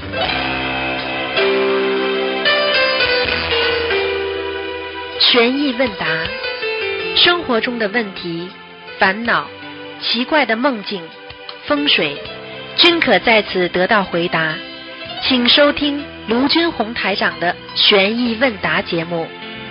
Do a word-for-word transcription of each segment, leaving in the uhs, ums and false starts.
悬疑问答，生活中的问题、烦恼、奇怪的梦境、风水，均可在此得到回答。请收听卢军红台长的悬疑问答节目。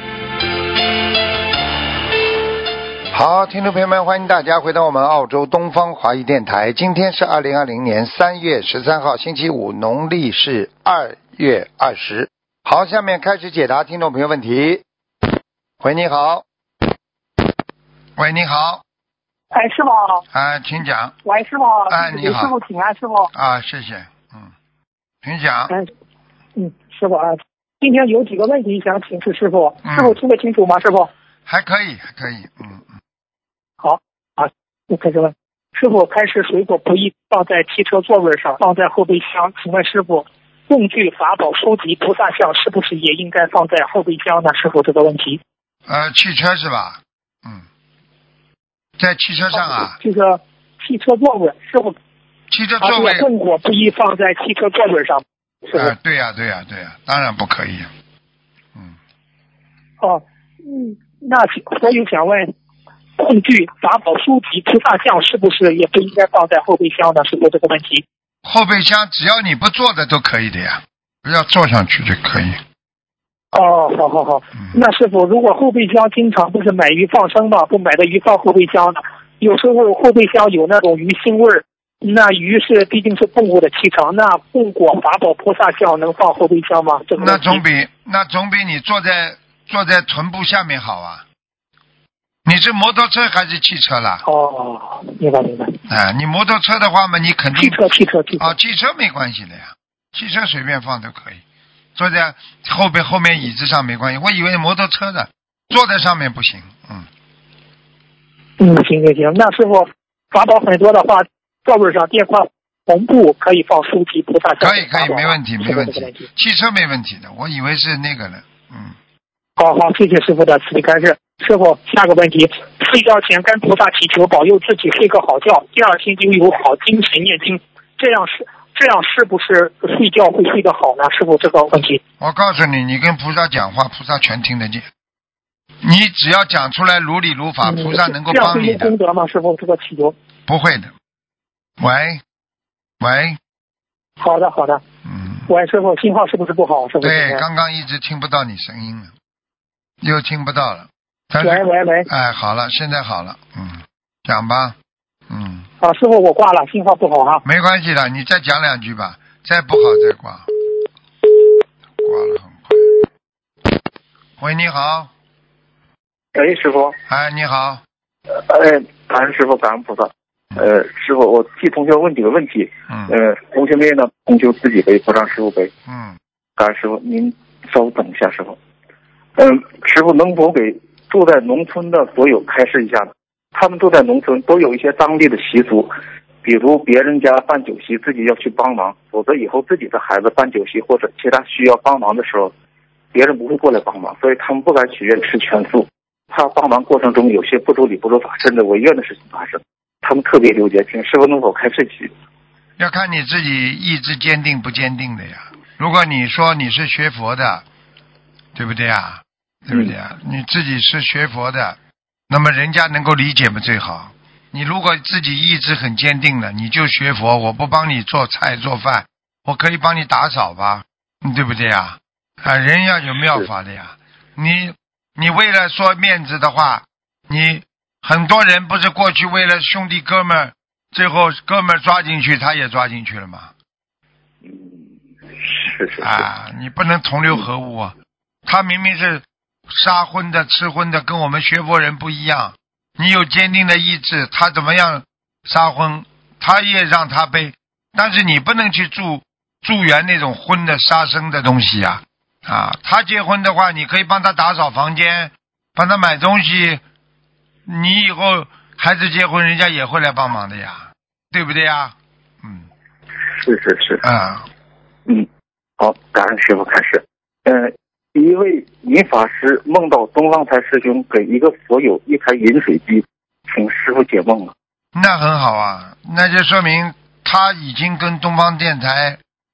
好，听众朋友们，欢迎大家回到我们澳洲东方华语电台。今天是二零二零年三月十三号，星期五，农历是二月二十。好，下面开始解答听众朋友问题。喂，你好。喂，你好。 哎，师傅。 哎，请讲。 喂，师傅。 哎，你好。 师傅请安，师傅。 啊，谢谢。嗯，请讲。 哎，嗯，师傅啊，今天有几个问题想请示师傅， 嗯、 师傅听得清楚吗？师傅。 还可以，还可以。嗯嗯。 好啊，我开始问。师傅，开始水果不宜放在汽车座位上，放在后备箱。请问师傅，工具、法宝、书籍、菩萨像是不是也应该放在后备箱呢？师傅，这个问题。 呃，汽车是吧？嗯，在汽车上啊。 这个汽车座位，师傅。 汽车座位。 供果不宜放在汽车座位上。 呃，对呀、啊，对呀、啊，对呀、啊，当然不可以。嗯。 哦，嗯，那所以想问，工具、法宝、书籍、菩萨像是不是也不应该放在后备箱呢？是不这个问题？ 后备箱只要你不坐的都可以的呀，不要坐上去就可以。 哦，好好好。嗯、那师傅，如果后备箱经常不是买鱼放生嘛，不买的鱼放后备箱呢？有时候后备箱有那种鱼腥味儿，那鱼是毕竟是动物的气场，那供果、法宝、菩萨像能放后备箱吗？这个那总比那总比你坐在坐在臀部下面好啊。你是摩托车还是汽车啦？ 哦，明白明白。 啊，你摩托车的话嘛，你肯定汽车汽车汽车啊、哦，汽车没关系的呀，汽车随便放都可以，坐在后边后面椅子上没关系。我以为摩托车的坐在上面不行，嗯。 嗯，行行行，那师傅法宝很多的话，座位上垫块红布可以放书籍、菩萨像。 可以可以，没问题没问题。汽车没问题的，我以为是那个呢，嗯。 好好，谢谢师傅的慈悲开示。师傅，下个问题，睡觉前跟菩萨祈求保佑自己睡个好觉，第二天就有好精神念经，这样是这样是不是睡觉会睡得好呢？师傅，这个问题。 我告诉你，你跟菩萨讲话，菩萨全听得见。你只要讲出来如理如法，菩萨能够帮你的。 这样会有功德吗？师傅，这个祈求。 不会的。喂，喂。 好的，好的。 嗯。 喂，师傅，信号是不是不好？师傅。 对，刚刚一直听不到你声音了，又听不到了。 喂喂喂。 哎，好了，现在好了，嗯，讲吧，嗯。 啊，师傅，我挂了，信号不好哈。 没关系的，你再讲两句吧，再不好再挂。挂了很快。喂，你好。 喂，师傅。 哎，你好。 呃，感恩师傅，感恩菩萨。呃，师傅，我替同学问几个问题。 嗯。 呃，同学们呢，同修自己背，不让师傅背。 嗯。 感恩师傅，您稍等一下，师傅。嗯、呃，师傅能否给住在农村的所有开示一下呢？他们住在农村，都有一些当地的习俗，比如别人家办酒席，自己要去帮忙，否则以后自己的孩子办酒席或者其他需要帮忙的时候，别人不会过来帮忙，所以他们不敢许愿吃全素，怕帮忙过程中有些不周理不周法甚至违愿的事情发生，他们特别纠结，请师傅能否开示起？ 要看你自己意志坚定不坚定的呀。如果你说你是学佛的，对不对啊？对不对啊？嗯、你自己是学佛的，那么人家能够理解嘛最好。你如果自己意志很坚定了，你就学佛，我不帮你做菜做饭，我可以帮你打扫吧，对不对啊？啊，人要有妙法的呀。你你为了说面子的话，你很多人不是过去为了兄弟哥们儿，最后哥们儿抓进去，他也抓进去了嘛。 嗯，是是是。 啊，你不能同流合污啊！他明明是杀荤的、吃荤的，跟我们学佛人不一样。你有坚定的意志，他怎么样杀荤，他也让他背。但是你不能去助助缘那种荤的杀生的东西呀、啊！啊，他结婚的话，你可以帮他打扫房间，帮他买东西。你以后孩子结婚，人家也会来帮忙的呀，对不对呀？嗯， 是是是。 啊， 嗯，好，感恩师傅开始。呃。一位银法师梦到东方台师兄给一个佛友一台饮水机，请师傅解梦了。 那很好啊，那就说明他已经跟东方电台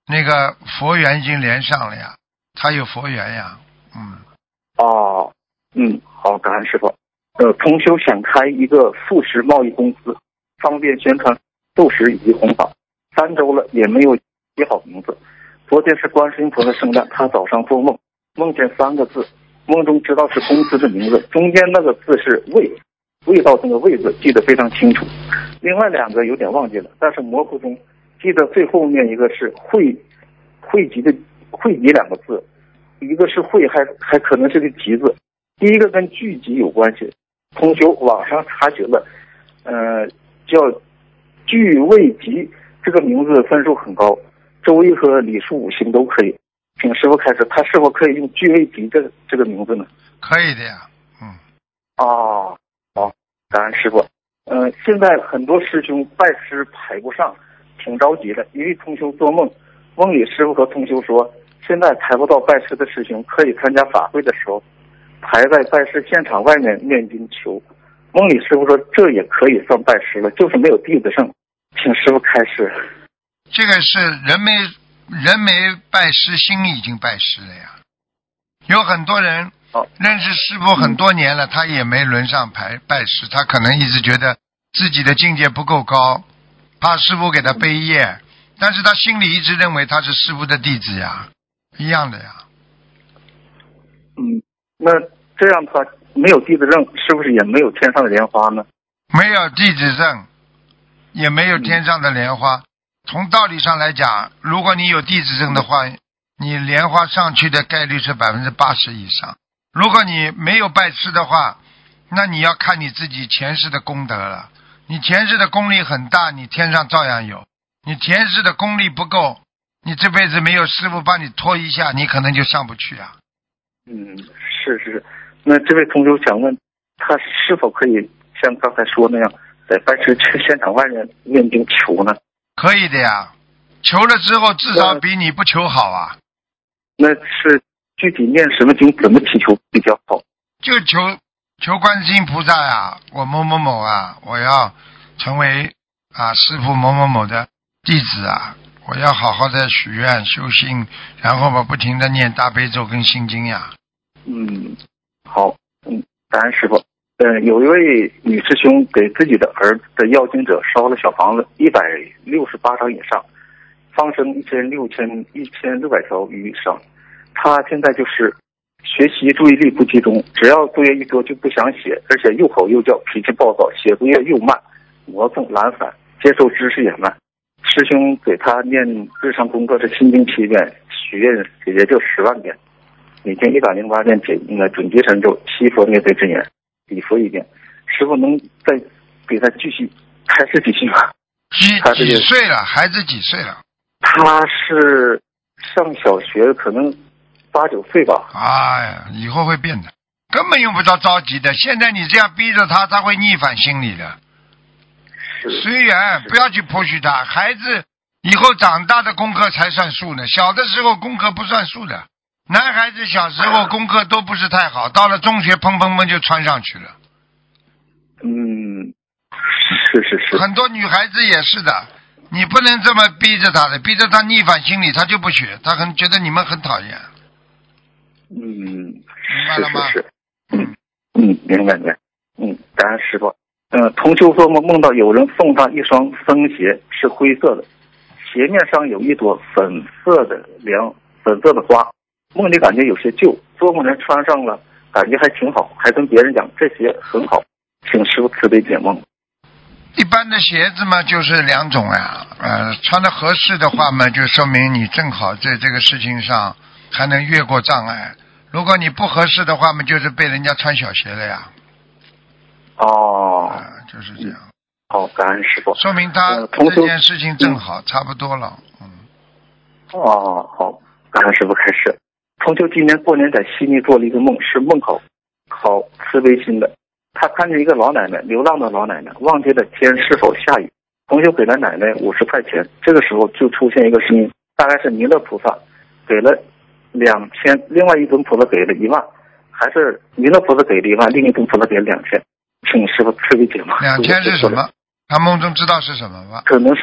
那个佛缘已经连上了呀，他有佛缘呀。嗯。 哦，嗯，好，感恩师傅。呃，同修想开一个素食贸易公司，方便宣传素食以及弘法。三周了也没有起好名字。昨天是观世音菩萨圣诞，他早上做梦，梦见三个字，梦中知道是公司的名字，中间那个字是味，味道那个味字记得非常清楚。另外两个有点忘记了，但是模糊中记得最后面一个是汇汇集的汇集两个字，一个是汇，还还可能是个集字。第一个跟聚集有关系，同修网上查询了，呃，叫聚味集，这个名字分数很高，周易和礼数五行都可以。请师傅开始，他是否可以用聚味集这这个名字呢？ 可以的呀。嗯。 哦，好，感恩师傅。呃，现在很多师兄拜师排不上，挺着急的。一位同修做梦，梦里师傅和同修说，现在排不到拜师的师兄，可以参加法会的时候排在拜师现场外面念经求。梦里师傅说这也可以算拜师了，就是没有弟子证，请师傅开示。 这个是人没人没拜师，心里已经拜师了呀。有很多人认识师傅很多年了，他也没轮上排拜师，他可能一直觉得自己的境界不够高，怕师傅给他背业，但是他心里一直认为他是师傅的弟子呀，一样的呀。 嗯，那这样的话，没有弟子证，是不是也没有天上的莲花呢？ 没有弟子证，也没有天上的莲花。从道理上来讲，如果你有弟子证的话，你莲花上去的概率是百分之八十以上。如果你没有拜师的话，那你要看你自己前世的功德了。你前世的功力很大，你天上照样有；你前世的功力不够，你这辈子没有师傅帮你拖一下，你可能就上不去啊。 嗯，是是。那这位同修想问，他是否可以像刚才说那样，在拜师现场外面念经求呢？ 可以的呀，求了之后至少比你不求好啊。 那是具体念什么经，怎么祈求比较好？ 就求求观世音菩萨呀，我某某某啊，我要成为啊师父某某某的弟子啊，我要好好的许愿修心，然后吧不停的念大悲咒跟心经呀。 嗯，好，嗯，感恩师父。呃，有一位女师兄给自己的儿子的要经者烧了小房子一百六十八张以上，放生一千六千一千六百条以上。他现在就是学习注意力不集中，只要作业一多就不想写，而且又吼又叫，脾气暴躁，写作业又慢，磨蹭懒散，接受知识也慢。师兄给他念日常功课是心经七遍，许愿也就十万遍，每天一百零八遍解那个准提神咒，七佛灭罪真言，礼佛一遍。师傅能再给他继续开示几句吗？ 几几岁了？孩子几岁了？ 他是上小学，可能八九岁吧。 哎呀，以后会变的，根本用不着着急的。现在你这样逼着他，他会逆反心理的。随缘，不要去剥削他。孩子以后长大的功课才算数呢，小的时候功课不算数的。男孩子小时候功课都不是太好，到了中学砰砰砰就穿上去了。 嗯，是是是。 很多女孩子也是的，你不能这么逼着她的，逼着她逆反心理，她就不学，她很觉得你们很讨厌。 嗯， 明白了吗？ 是是是。嗯嗯，明白明白。嗯，感恩师傅。呃，同修做梦梦到有人送他一双僧鞋，是灰色的，鞋面上有一朵粉色的莲，粉色的花。梦里感觉有些旧，做梦人穿上了，感觉还挺好，还跟别人讲这鞋很好，请师傅慈悲解梦。 一般的鞋子嘛，就是两种呀，呃，穿的合适的话嘛，就说明你正好在这个事情上还能越过障碍。如果你不合适的话嘛，就是被人家穿小鞋了呀。 哦， 啊、呃，就是这样。 好，感恩师傅。 说明他、呃、这件事情正好、嗯、差不多了。嗯。 哦，好，感恩师傅开始。同修今年过年在悉尼做了一个梦，是梦考考慈悲心的。他看见一个老奶奶，流浪的老奶奶，忘记了天是否下雨。同修给了奶奶五十块钱，这个时候就出现一个声音，大概是弥勒菩萨给了两千，另外一尊菩萨给了一万，还是弥勒菩萨给了一万，另一尊菩萨给了两千。请师傅慈悲解梦。 两千是什么？他梦中知道是什么吗？ 可能是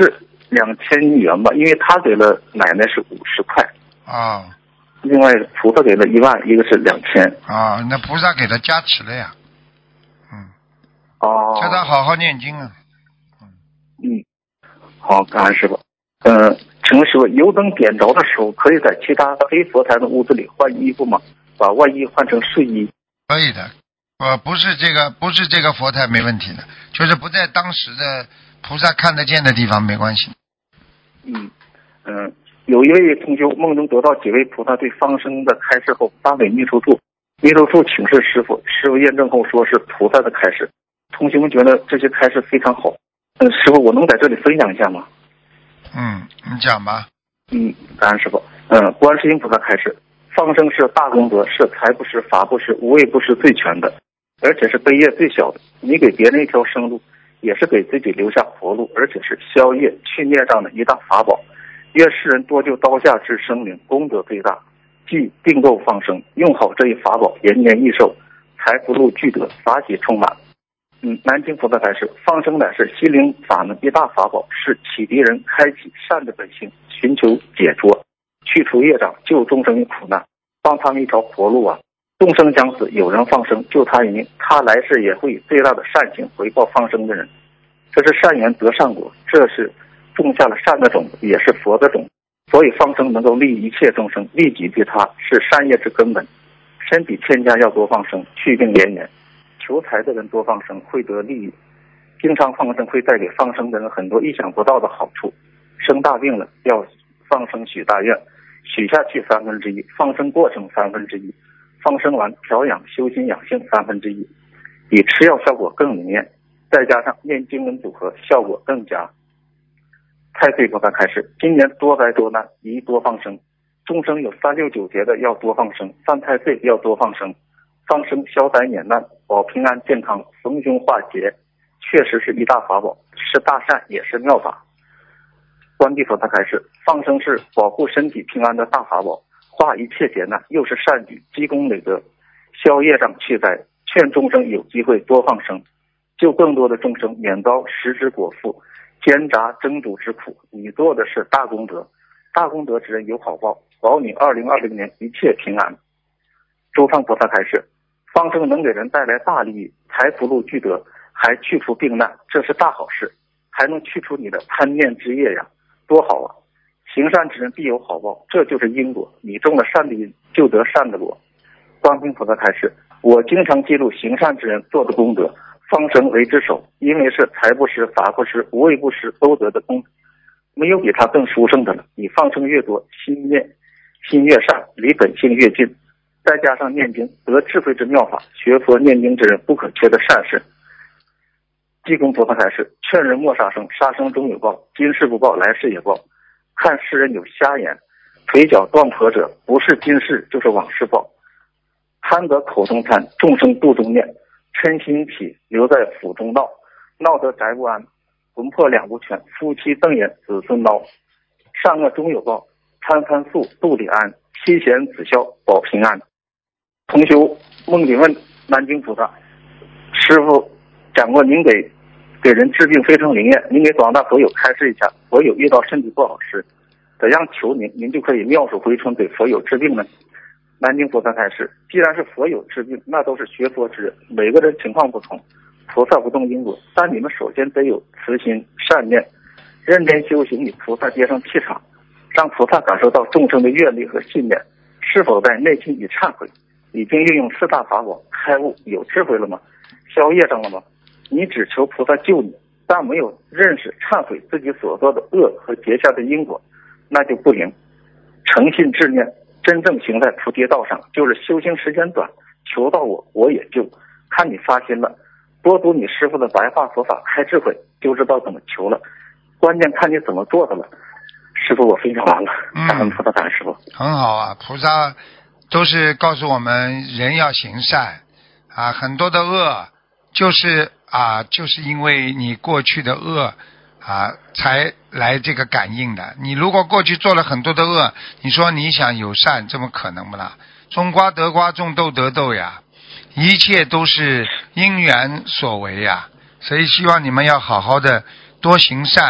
两千元吧，因为他给了奶奶是五十块。 啊。 另外菩萨给了一万，一个是两千。 啊，那菩萨给他加持了呀。嗯。 哦。 叫他好好念经啊。 嗯。好，感恩师傅。嗯、呃，请问师傅，油灯点着的时候，可以在其他非佛台的屋子里换衣服吗？把外衣换成睡衣？可以的。呃，不是这个，不是这个佛台没问题的，就是不在当时的菩萨看得见的地方没关系。 嗯嗯、呃，有一位同修梦中得到几位菩萨对放生的开示后，发给秘书处，秘书处请示师傅，师傅验证后说是菩萨的开示。同学们觉得这些开示非常好。嗯、呃，师傅，我能在这里分享一下吗？ 嗯，你讲吧。 嗯，感恩师傅。嗯、呃，观世音菩萨开示，放生是大功德，是财布施、法布施、无畏布施最全的，而且是悲业最小的。你给别人一条生路，也是给自己留下活路，而且是消业去孽障的一大法宝。愿世人多救刀下之生灵，功德最大。即订购放生，用好这一法宝，延年益寿，财福禄俱得，法喜充满。嗯，南京菩萨开示，放生乃是心灵法门一大法宝，是启迪人开启善的本性，寻求解脱，去除业障，救众生于苦难，帮他们一条活路啊！众生将死，有人放生，救他一命，他来世也会以最大的善行回报放生的人。这是善缘得善果，这是种下了善的种子，也是佛的种子。所以放生能够利一切众生，利己利他，是善业之根本。身体欠佳要多放生，去病延年。求财的人多放生会得利益，经常放生会带给放生的人很多意想不到的好处。生大病了要放生许大愿，许下去三分之一，放生过程三分之一，放生完调养修心养性三分之一，比吃药效果更明显，再加上念经文组合，效果更佳。太岁菩萨开示，今年多灾多难，宜多放生。众生有三六九节的要多放生，犯太岁要多放生。放生消灾免难，保平安健康，逢凶化劫，确实是一大法宝，是大善也是妙法。观地菩萨开示，放生是保护身体平安的大法宝，化一切劫难，又是善举，积功累德，消业障去灾。劝众生有机会多放生，救更多的众生免遭食之果腹、奸杂争逐之苦。你做的是大功德，大功德之人有好报，保你二零二零年一切平安。周汤菩萨开示，放生能给人带来大利益，财福禄俱得，还去除病难，这是大好事，还能去除你的贪念之业呀，多好啊！行善之人必有好报，这就是因果，你种了善的因，就得善的果。观世音菩萨开示，我经常记录行善之人做的功德，放生为之首，因为是财布施、法布施、无畏布施都得的功德，没有比他更殊胜的了。你放生越多，心念心越善，离本性越近，再加上念经得智慧之妙法，学佛念经之人不可缺的善事。济公菩萨开示，劝人莫杀生，杀生终有报，今世不报，来世也报。看世人有瞎眼，腿脚断跛者，不是今世就是往事报。贪得口中贪，众生肚中念，嗔心起，留在腹中闹，闹得宅不安，魂魄两不全，夫妻瞪眼，子孙孬。善恶终有报，贪贪素，肚里安，妻贤子孝，保平安。同修梦里问南京菩萨，师父讲过您给给人治病非常灵验，您给广大佛友开示一下，佛友遇到身体不好时怎样求您，您就可以妙手回春给佛友治病呢？南京菩萨开示，既然是佛友治病，那都是学佛之人，每个人情况不同，菩萨不动因果，但你们首先得有慈心善念，认真修行，与菩萨接上气场，让菩萨感受到众生的愿力和信念，是否在内心已忏悔，已经运用四大法宝开悟，有智慧了吗？消业障了吗？你只求菩萨救你，但没有认识忏悔自己所做的恶和结下的因果，那就不灵。诚信执念，真正行在菩提道上，就是修行时间短，求到我我也救。看你发心了，多读你师父的白话佛法，开智慧，就知道怎么求了。关键看你怎么做的了。师父，我分享完了，感恩菩萨，感恩师父。 很好啊，菩萨都是告诉我们人要行善啊，很多的恶就是啊，就是因为你过去的恶啊，才来这个感应的。你如果过去做了很多的恶，你说你想有善，怎么可能不啦？种瓜得瓜，种豆得豆呀，一切都是因缘所为呀。所以希望你们要好好的多行善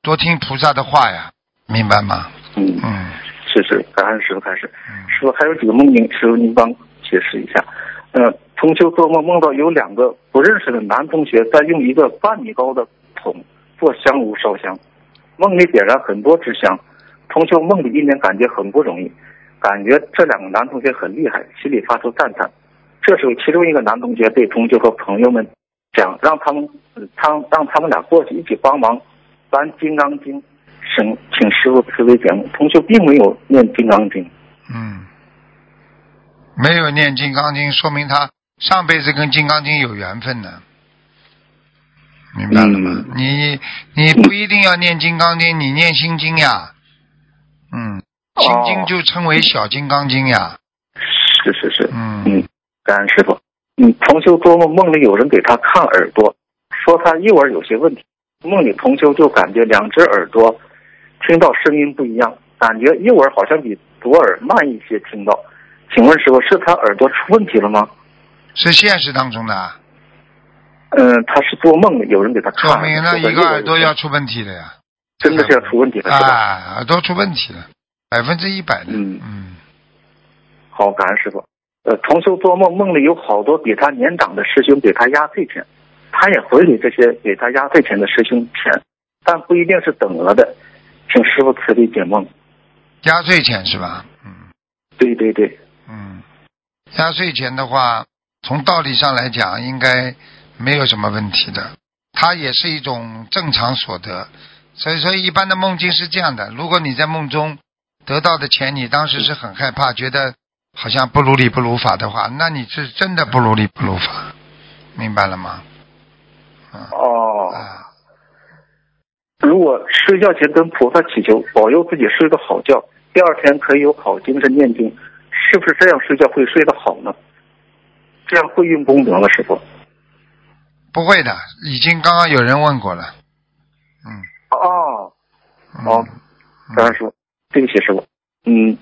多听菩萨的话呀，明白吗？ 嗯嗯， 是是，感恩师傅开始。师傅还有几个梦境，师傅您帮解释一下。呃，同修做梦梦到有两个不认识的男同学在用一个半米高的桶做香炉烧香，梦里点燃很多支香。同修梦里一面感觉很不容易，感觉这两个男同学很厉害，心里发出赞叹。这时候，其中一个男同学对同修和朋友们讲，让他们他让他们俩过去一起帮忙搬《金刚经》，请请师傅慈悲解梦。同修并没有念《金刚经》。 嗯，没有念《金刚经》，说明他上辈子跟《金刚经》有缘分呢。明白了吗？ 嗯、 你你不一定要念《金刚经》，你念《心经》呀。嗯，《心经》就称为小《金刚经》呀。 是是是。 嗯嗯，感恩师傅。嗯，同修做梦，梦里有人给他看耳朵，说他右耳有些问题。梦里同修就感觉两只耳朵听到声音不一样，感觉右耳好像比左耳慢一些听到。请问师傅，是他耳朵出问题了吗？ 是现实当中的。 嗯，他是做梦，有人给他看， 说明那一个耳朵要出问题的呀。 真的是要出问题了，是吧？ 啊，耳朵出问题了，百分之一百的。 嗯嗯。 好，感恩师傅。呃，同修做梦，梦里有好多比他年长的师兄给他压岁钱，他也回给这些给他压岁钱的师兄钱，但不一定是等额的，请师傅慈悲解梦。 压岁钱是吧？嗯。 对对对。 嗯，压岁钱的话，从道理上来讲，应该没有什么问题的，它也是一种正常所得。所以说，一般的梦境是这样的：如果你在梦中得到的钱，你当时是很害怕，觉得好像不如理不如法的话，那你是真的不如理不如法，明白了吗？嗯、 哦。 啊。 如果睡觉前跟菩萨祈求，保佑自己睡个好觉，第二天可以有好精神念经，是不是这样睡觉会睡得好呢？这样会用功德吗，师傅？ 不会的，已经刚刚有人问过了。嗯。 哦。好， 嗯、 感恩师傅，对不起师傅。嗯。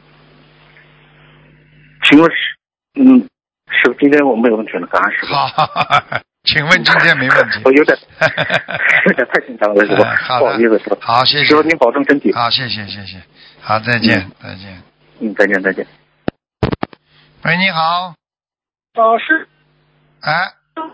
请问师，嗯，师傅，今天我没有问题了，感恩师傅。 好，请问今天没问题。 我有点有点太紧张了，师傅，不好意思，师傅。 好，谢谢。 师傅您保重身体。 好，谢谢谢谢。好，再见、嗯、再见。 嗯，再见再见。 喂，你好。 老师。 哎。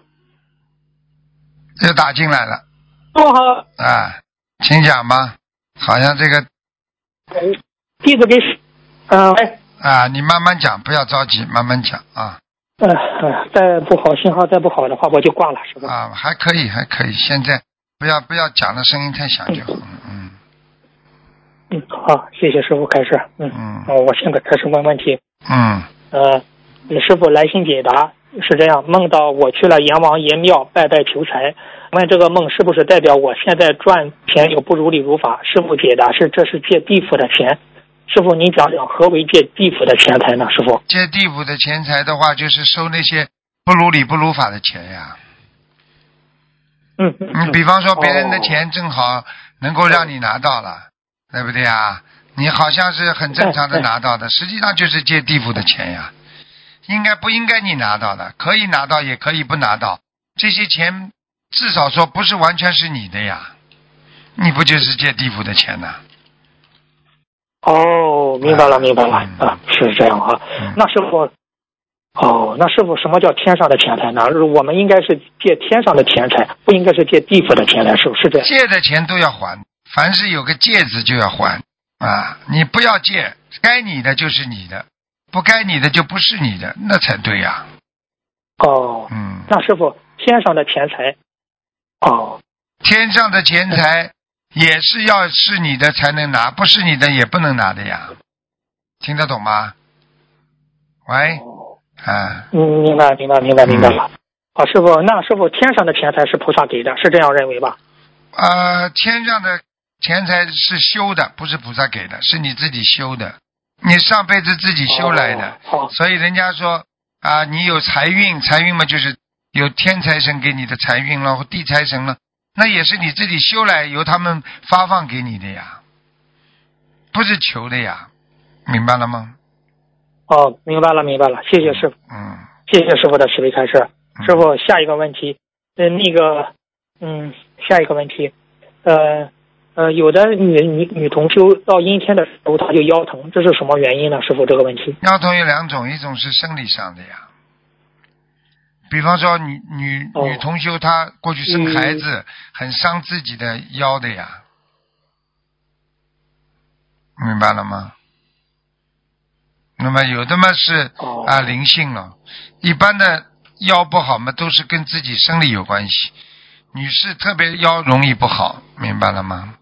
又打进来了。 不好。 啊，请讲吧。好像这个。 喂，弟子给师。嗯、呃，喂。 啊，你慢慢讲，不要着急，慢慢讲啊。 呃呃，再不好信号再不好的话，我就挂了，是吧？ 啊，还可以，还可以。现在不要不要讲的声音太响就好了。嗯。 嗯，好，谢谢师傅开示。嗯嗯。 哦，我现在开始问问题。 嗯。 呃，师傅来信解答是这样：梦到我去了阎王爷庙拜拜求财，问这个梦是不是代表我现在赚钱有不如理如法？师傅解答是这是借地府的钱。师傅，您讲讲何为借地府的钱财呢？师傅， 借地府的钱财的话，就是收那些不如理不如法的钱呀。 嗯嗯。 你比方说别人的钱正好能够让你拿到了，哦、对不对啊？你好像是很正常的拿到的，实际上就是借地府的钱呀。应该不应该你拿到的？可以拿到，也可以不拿到。这些钱至少说不是完全是你的呀，你不就是借地府的钱呢？ 哦，明白了，明白了、 嗯、 啊，是这样啊。 嗯、 那师傅，哦，那师傅，什么叫天上的钱财呢？我们应该是借天上的钱财，不应该是借地府的钱财，是不是这样？ 借的钱都要还，凡是有个借字就要还啊！你不要借，该你的就是你的，不该你的就不是你的，那才对呀、 啊。哦， 嗯， 那师傅，天上的钱财，哦， 天上的钱财。也是要是你的才能拿，不是你的也不能拿的呀，听得懂吗？喂，啊， 嗯，明白，明白，明白，明白了。好、嗯，师傅，那师傅，天上的钱财是菩萨给的，是这样认为吧？ 呃，天上的钱财是修的，不是菩萨给的，是你自己修的，你上辈子自己修来的。 哦、 所以人家说啊、呃，你有财运，财运嘛就是有天财神给你的财运了，或地财神了。那也是你自己修来，由他们发放给你的呀，不是求的呀，明白了吗？ 哦，明白了，明白了，谢谢师傅。 嗯， 谢谢师傅的慈悲开示。师傅，下一个问题，呃，那个，嗯，下一个问题，呃， 呃，有的女女女同修到阴天的时候，她就腰疼，这是什么原因呢？师傅，这个问题。 腰疼有两种，一种是生理上的呀，比方说女女、 哦、 女同修她过去生孩子、嗯、很伤自己的腰的呀，明白了吗？那么有的嘛是、哦、啊灵性了，一般的腰不好嘛都是跟自己生理有关系，女士特别腰容易不好，明白了吗？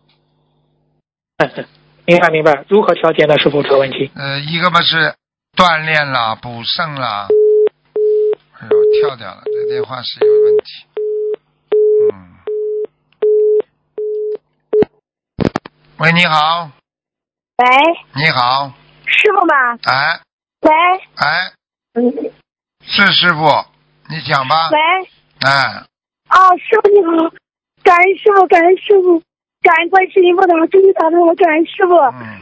明白明白，如何调节呢？师傅，这个问题。 呃，一个嘛是锻炼啦，补肾啦。哎呦，跳掉了，这电话是有问题。嗯。喂，你好。 喂。 你好。 师傅吗？ 哎。 喂。 哎。 嗯。 是师傅，你讲吧。 喂。 哎。 哦，师傅你好，感恩师傅，感恩师傅。感恩观世音菩萨，终于打通了，感恩师傅。 嗯，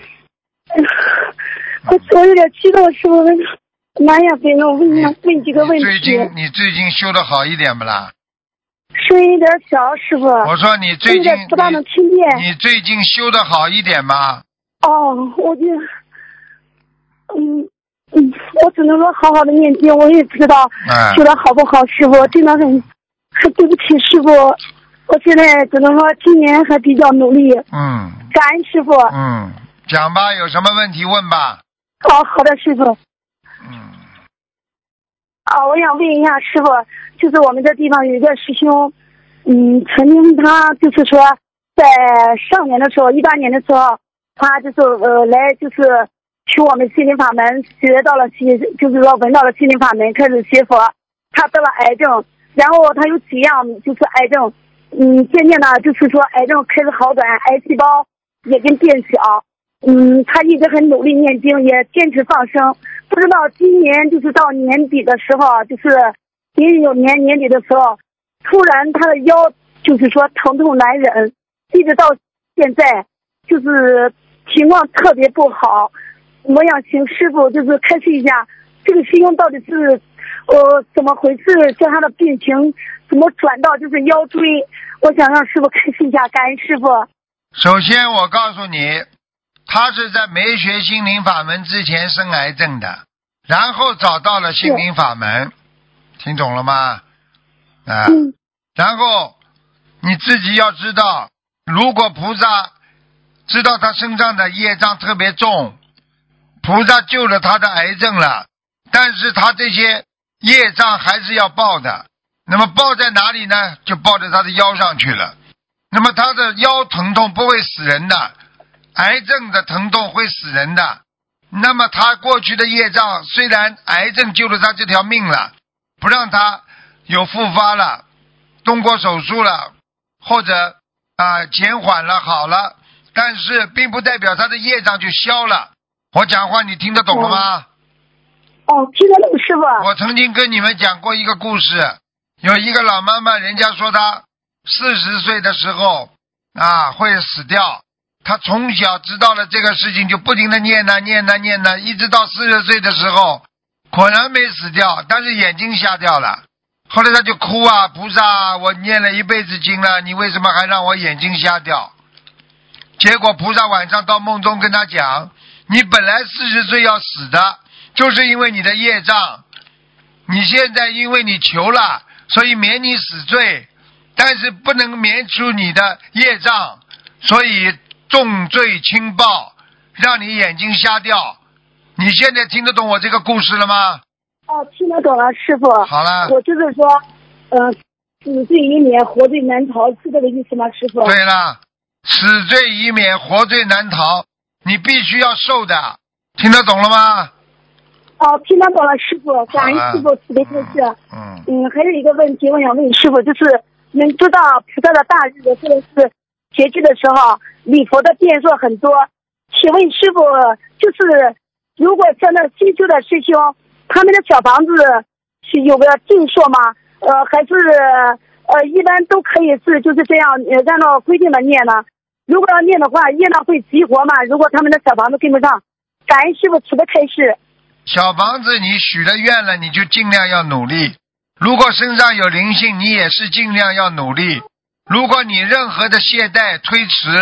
我我有点激动，师傅，妈呀，给我问一问几个问题。 最近你最近修得好一点不啦？ 声音有点小，师傅。 我说你最近不大能听见。 你最近修得好一点吗？ 哦，我就嗯嗯，我只能说好好的念经，我也不知道修得好不好，师傅，真的很对不起师傅。我现在只能说今年还比较努力。 嗯。 感恩师傅。 嗯，讲吧，有什么问题问吧。 哦，好的，师傅。 嗯。 啊，我想问一下师傅，就是我们这地方有一个师兄，嗯，曾经他就是说，在上年的时候，一八年的时候，他就是呃来就是学我们心灵法门，学到了心，就是说闻到了心灵法门，开始学佛。他得了癌症，然后他有几样就是癌症。嗯，渐渐的，就是说癌症开始好转，癌细胞也跟变小。嗯，他一直很努力念经，也坚持放生。不知道今年就是到年底的时候，就是零九年年底的时候，突然他的腰就是说疼痛难忍，一直到现在就是情况特别不好。我想请师傅就是开示一下，这个师兄到底是呃怎么回事？叫他的病情怎么转到就是腰椎？我想让师傅开示一下，感恩师傅。 首先我告诉你，他是在没学心灵法门之前生癌症的，然后找到了心灵法门，听懂了吗？啊、 嗯， 然后你自己要知道，如果菩萨知道他身上的业障特别重，菩萨救了他的癌症了，但是他这些业障还是要报的。那么报在哪里呢？就报在他的腰上去了。那么他的腰疼痛不会死人的，癌症的疼痛会死人的。那么他过去的业障，虽然癌症救了他这条命了，不让他有复发了，动过手术了，或者啊减缓了好了，但是并不代表他的业障就消了。我讲话你听得懂了吗？ 哦，听得懂师傅。 我曾经跟你们讲过一个故事，有一个老妈妈，人家说她四十岁的时候啊会死掉，她从小知道了这个事情，就不停的念呐念呐念呐，一直到四十岁的时候，果然没死掉，但是眼睛瞎掉了。后来她就哭啊，菩萨，我念了一辈子经了，你为什么还让我眼睛瞎掉？结果菩萨晚上到梦中跟她讲，你本来四十岁要死的，就是因为你的业障，你现在因为你求了，所以免你死罪，但是不能免除你的业障，所以重罪轻报，让你眼睛瞎掉。你现在听得懂我这个故事了吗？ 哦，听得懂了，师傅。 好了， 我就是说，呃，死罪已免，活罪难逃，是这个意思吗，师傅？ 对了，死罪已免，活罪难逃，你必须要受的，听得懂了吗？ 哦，听得懂了，师傅，感恩师傅慈悲开示。 嗯嗯，还有一个问题，我想问师傅，就是能知道菩萨的大日子或者是节制的时候，礼佛的变数很多。请问师傅，就是如果像那新修的师兄，他们的小房子是有个定数吗？呃，还是呃一般都可以是就是这样呃按照规定的念呢？如果要念的话，业障会激活吗？如果他们的小房子跟不上，感恩师傅慈悲开示。 小房子你许了愿了，你就尽量要努力。如果身上有灵性，你也是尽量要努力。如果你任何的懈怠推迟，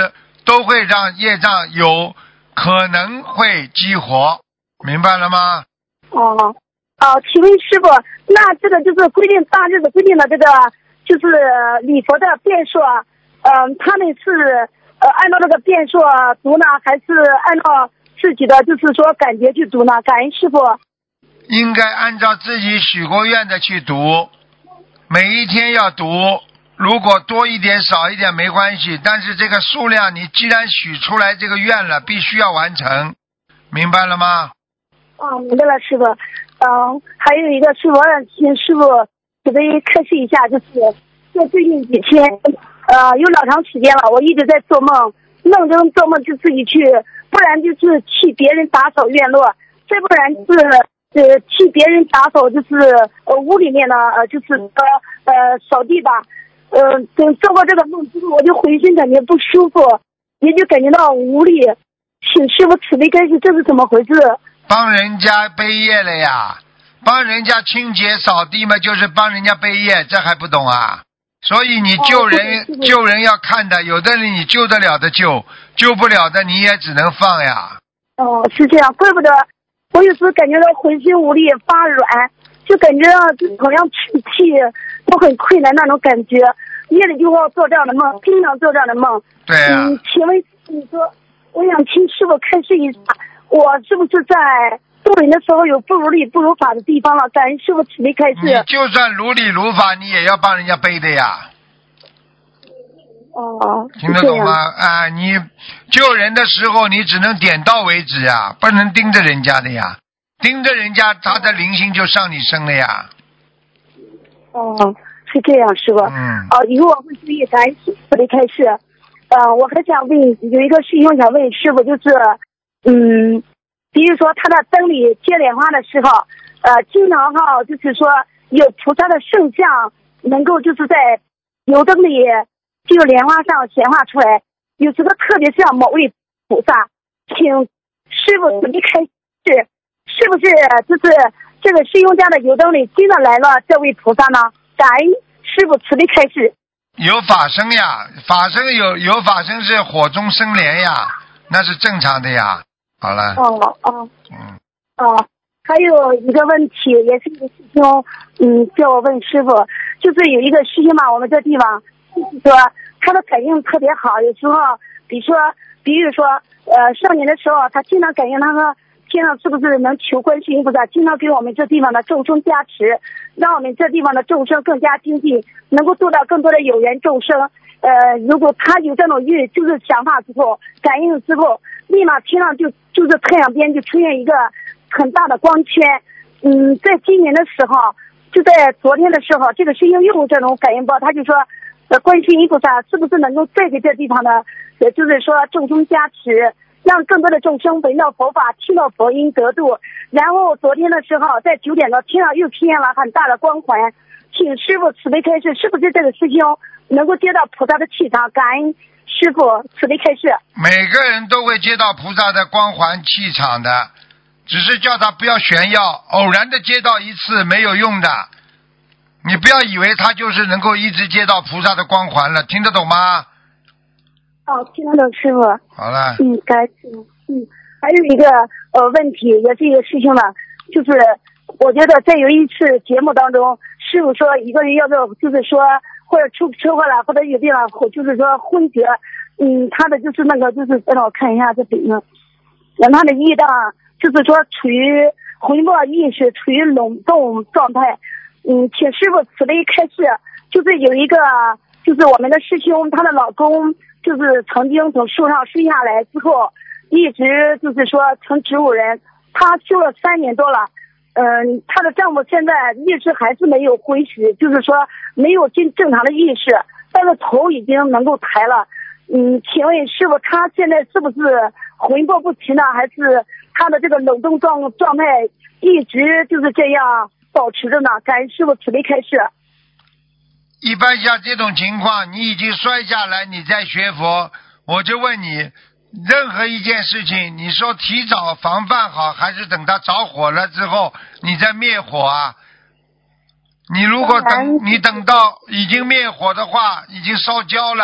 都会让业障有可能会激活，明白了吗？ 哦哦，请问师傅，那这个就是规定大日子规定的这个就是礼佛的变数，嗯、呃，他们是呃按照这个变数读呢，还是按照自己的就是说感觉去读呢？感恩师傅。 应该按照自己许过愿的去读，每一天要读，如果多一点少一点没关系，但是这个数量你既然许出来这个愿了，必须要完成，明白了吗？ 哦，明白了，师傅。嗯，还有一个师傅，请师傅给大家开示一下，就是在最近几天，呃，有老长时间了，我一直在做梦，梦中做梦就自己去，不然就是替别人打扫院落，再不然就是呃替别人打扫，就是呃屋里面呢，呃就是呃呃扫地吧。呃，等做过这个梦之后，我就浑身感觉不舒服，也就感觉到无力。请师傅慈悲开示，这是怎么回事？ 帮人家背业了呀，帮人家清洁扫地嘛，就是帮人家背业，这还不懂啊？所以你救人、 哦、 救人要看的，有的人你救得了的救，救不了的你也只能放呀。 哦，是这样，怪不得我有时候感觉到浑身无力发软，就感觉到就好像喘气都很困难那种感觉。夜里就要做这样的梦，经常做这样的梦。 对呀、啊。 嗯，请问你说，我想请师傅开示一下，我是不是在渡人的时候有不如理不如法的地方了？感恩师傅慈悲开示。 你就算如理如法，你也要帮人家背的呀。 哦， 听得懂吗？啊，你救人的时候，你只能点到为止呀，不能盯着人家的呀，盯着人家，他的灵性就上你身了呀。 哦，是这样，师傅。 嗯。 哦，以后我会注意，感恩师傅的开示。呃，我还想问，有一个师兄想问师傅，就是，嗯，比如说他的灯里接莲花的时候，呃，经常哈，就是说有菩萨的圣像能够就是在油灯里就莲花上显化出来，有时候特别像某位菩萨，请师傅你开示，是不是就是这个师兄家的油灯里真的来了这位菩萨呢？感恩师傅慈悲开示。 有法身呀，法身有有法身是火中生莲呀，那是正常的呀。好了。 哦哦。 嗯。 哦，还有一个问题，也是一个师兄，嗯，叫我问师傅，就是有一个师兄嘛，我们这地方就是说他的感应特别好，有时候比如说，比如说，呃，上年的时候，他经常感应他说天上是不是能求观世音菩萨，经常给我们这地方的众生加持，让我们这地方的众生更加精进，能够度到更多的有缘众生。呃，如果他有这种欲，就是想法之后，感应之后，立马天上就就是太阳边就出现一个很大的光圈。嗯，在今年的时候，就在昨天的时候，这个师兄用这种感应包，他就说，呃，观世音菩萨是不是能够再给这地方的，呃，就是说众生加持，让更多的众生闻到佛法，听到佛音得度。然后昨天的时候，在九点钟天上又出现了很大的光环，请师傅慈悲开示，是不是这个师兄能够接到菩萨的气场？感恩师傅慈悲开示。 每个人都会接到菩萨的光环气场的，只是叫他不要炫耀，偶然的接到一次没有用的。你不要以为他就是能够一直接到菩萨的光环了，听得懂吗？ 哦，听得懂师傅。 好了。 嗯，感谢。嗯，还有一个呃问题，也是一个师兄的，就是我觉得在有一次节目当中，师傅说一个人要是就是说或者出车祸了，或者有病了，或就是说昏厥，嗯，他的就是那个就是让我看一下这病，让他的意当就是说处于魂魄意识处于冷冻状态。嗯，请师傅慈悲开示，就是有一个就是我们的师兄，她的老公就是曾经从树上摔下来之后，一直就是说成植物人，她修了三年多了。嗯，她的丈夫现在意识还是没有回息，就是说没有进正常的意识，但是头已经能够抬了。嗯，请问师傅，他现在是不是魂魄不齐呢，还是他的这个冷冻状状态一直就是这样保持着呢？感恩师傅慈悲开示。 一般像这种情况，你已经摔下来，你再学佛，我就问你，任何一件事情，你说提早防范好，还是等它着火了之后你再灭火啊？你如果等你等到已经灭火的话，已经烧焦了，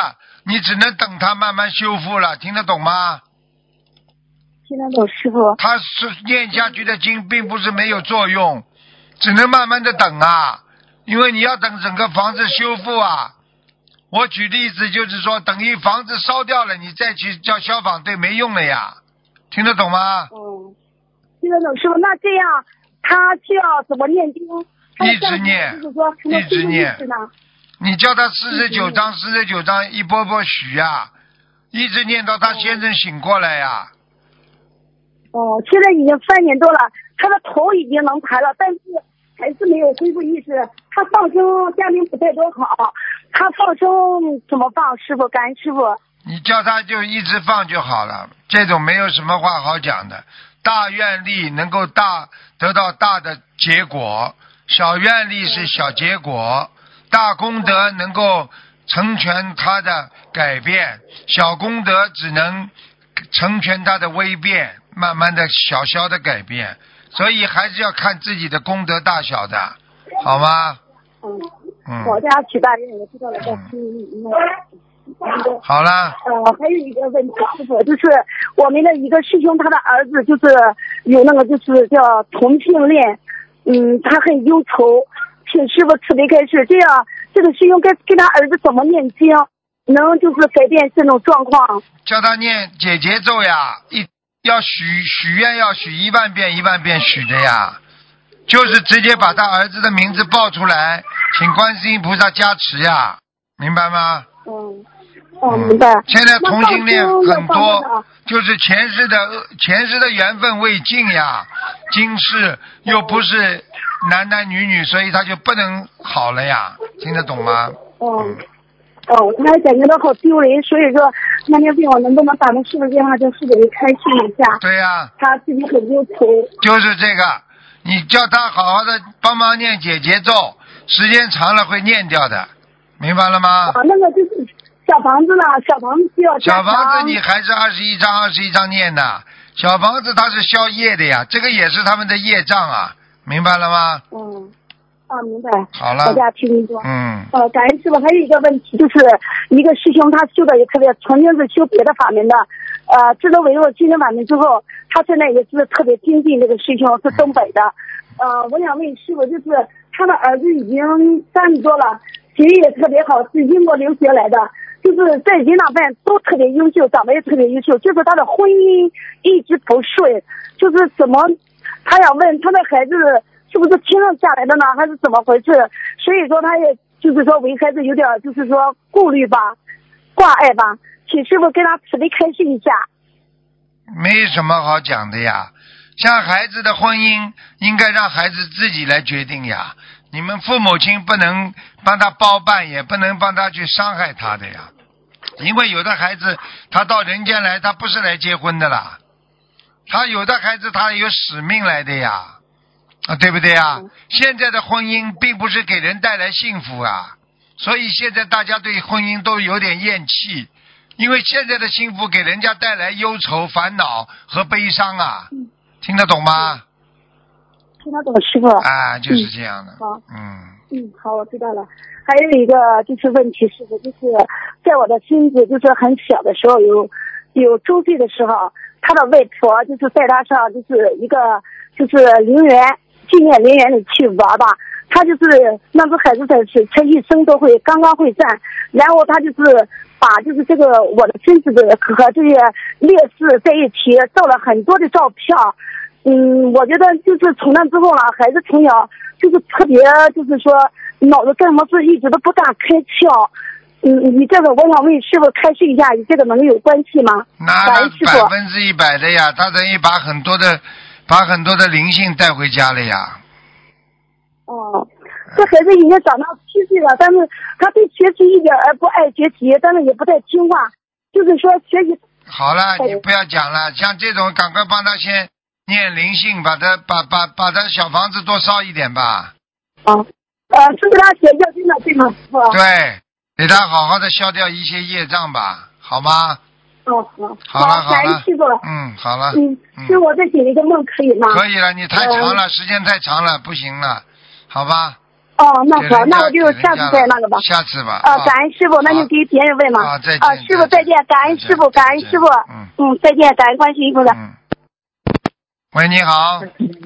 你只能等他慢慢修复了，听得懂吗？ 听得懂，师傅。 他是念下去的经并不是没有作用，只能慢慢的等啊，因为你要等整个房子修复啊。我举例子就是说，等于房子烧掉了，你再去叫消防队没用了呀，听得懂吗？ 嗯，听得懂，师傅。那这样他需要怎么念经？ 一直念， 就是说一直念。你叫他四十九章，四十九章一波波许呀，一直念到他先生醒过来呀。 哦，现在已经三年多了，他的头已经能抬了，但是还是没有恢复意识。他放生家庭不太多好，他放生怎么放？师傅，感恩师傅。 你叫他就一直放就好了，这种没有什么话好讲的。大愿力能够大得到大的结果，小愿力是小结果。大功德能够成全他的改变，小功德只能成全他的微变，慢慢的小小的改变，所以还是要看自己的功德大小的，好吗？ 嗯嗯。 我家许大愿我知道了，在听你。 好了。 呃，还有一个问题，师傅，就是我们的一个师兄，他的儿子就是有那个就是叫同性恋，嗯，他很忧愁，请师傅慈悲开示，这样这个师兄该跟他儿子怎么念经，能就是改变这种状况？ 叫他念解结咒呀，一要许许愿要许一万遍一万遍许的呀，就是直接把他儿子的名字报出来，请观世音菩萨加持呀，明白吗？ 嗯。哦，明白。 现在同性恋很多，就是前世的前世的缘分未尽呀，今世又不是男男女女，所以他就不能好了呀，听得懂吗？ 哦，嗯、哦，他还感觉到好丢人，所以说那天问我能不能打通师傅电话，叫师傅给开示一下。 对呀、啊。 他自己很忧愁。 就是这个，你叫他好好的帮忙念解结咒，时间长了会念掉的，明白了吗？ 啊，那个就是。小房子呢？小房子需要加小房子你还是二十一张二十一张念的，小房子它是消业的呀，这个也是他们的业障啊，明白了吗？ 嗯，啊，明白。 好了。 大家听清楚。 嗯。 呃，感恩师傅。还有一个问题，就是一个师兄他修的也特别，曾经是修别的法门的，呃，自从为入心灵法门之后，他现在也是特别精进。这个师兄是东北的，呃，我想问师傅，就是他的儿子已经三十多了，学业也特别好，是英国留学来的。就是在人大班都特别优秀，长得也特别优秀，就是他的婚姻一直不顺，就是怎么，他想问他的孩子是不是天上下来的呢，还是怎么回事？所以说他也就是说为孩子有点就是说顾虑吧，挂碍吧，请师傅跟他慈悲开示一下。 没什么好讲的呀，像孩子的婚姻应该让孩子自己来决定呀，你们父母亲不能帮他包办，也不能帮他去伤害他的呀。因为有的孩子他到人间来，他不是来结婚的啦，他有的孩子他有使命来的呀，啊，对不对呀？嗯、现在的婚姻并不是给人带来幸福啊，所以现在大家对婚姻都有点厌弃，因为现在的幸福给人家带来忧愁、烦恼和悲伤啊，嗯、听得懂吗？ 听得懂，师傅。 啊，就是这样的。 嗯、好， 嗯。 嗯，好，我知道了。还有一个就是问题，师傅，就是在我的孙子就是很小的时候，有有周岁的时候，他的外婆就是带他上就是一个就是陵园纪念陵园里去玩吧。他就是那个孩子才是才一生都会刚刚会站，然后他就是把就是这个我的孙子的和这些烈士在一起照了很多的照片。嗯，我觉得就是从那之后呢，孩子从小就是特别就是说脑子干什么事一直都不大开窍。嗯，你这个我想问师傅开示一下，与这个能有关系吗？ 那百分之一百的呀，他等于把很多的把很多的灵性带回家了呀。 哦，这孩子已经长到七岁了，但是他对学习一点儿不爱学习，但是也不太听话，就是说学习。 好了，你不要讲了，像这种赶快帮他先念灵性，把他把把把他小房子多烧一点吧。 啊，呃，是给他写要经的对吗？ 对，给他好好的消掉一些业障吧，好吗？ 哦，好， 好了好了， 师傅， 嗯，好了， 嗯，师傅，我再解一个梦可以吗？ 可以了，你太长了，呃、时间太长了，不行了，好吧？ 哦，那好，那我就下次再那个吧。 下次吧。 啊，感恩师傅，那就给别人问嘛。 啊，再见。 啊，师傅再见，感恩师傅，感恩师傅。 嗯嗯，再见，感恩观世音菩萨。 嗯。喂，你好。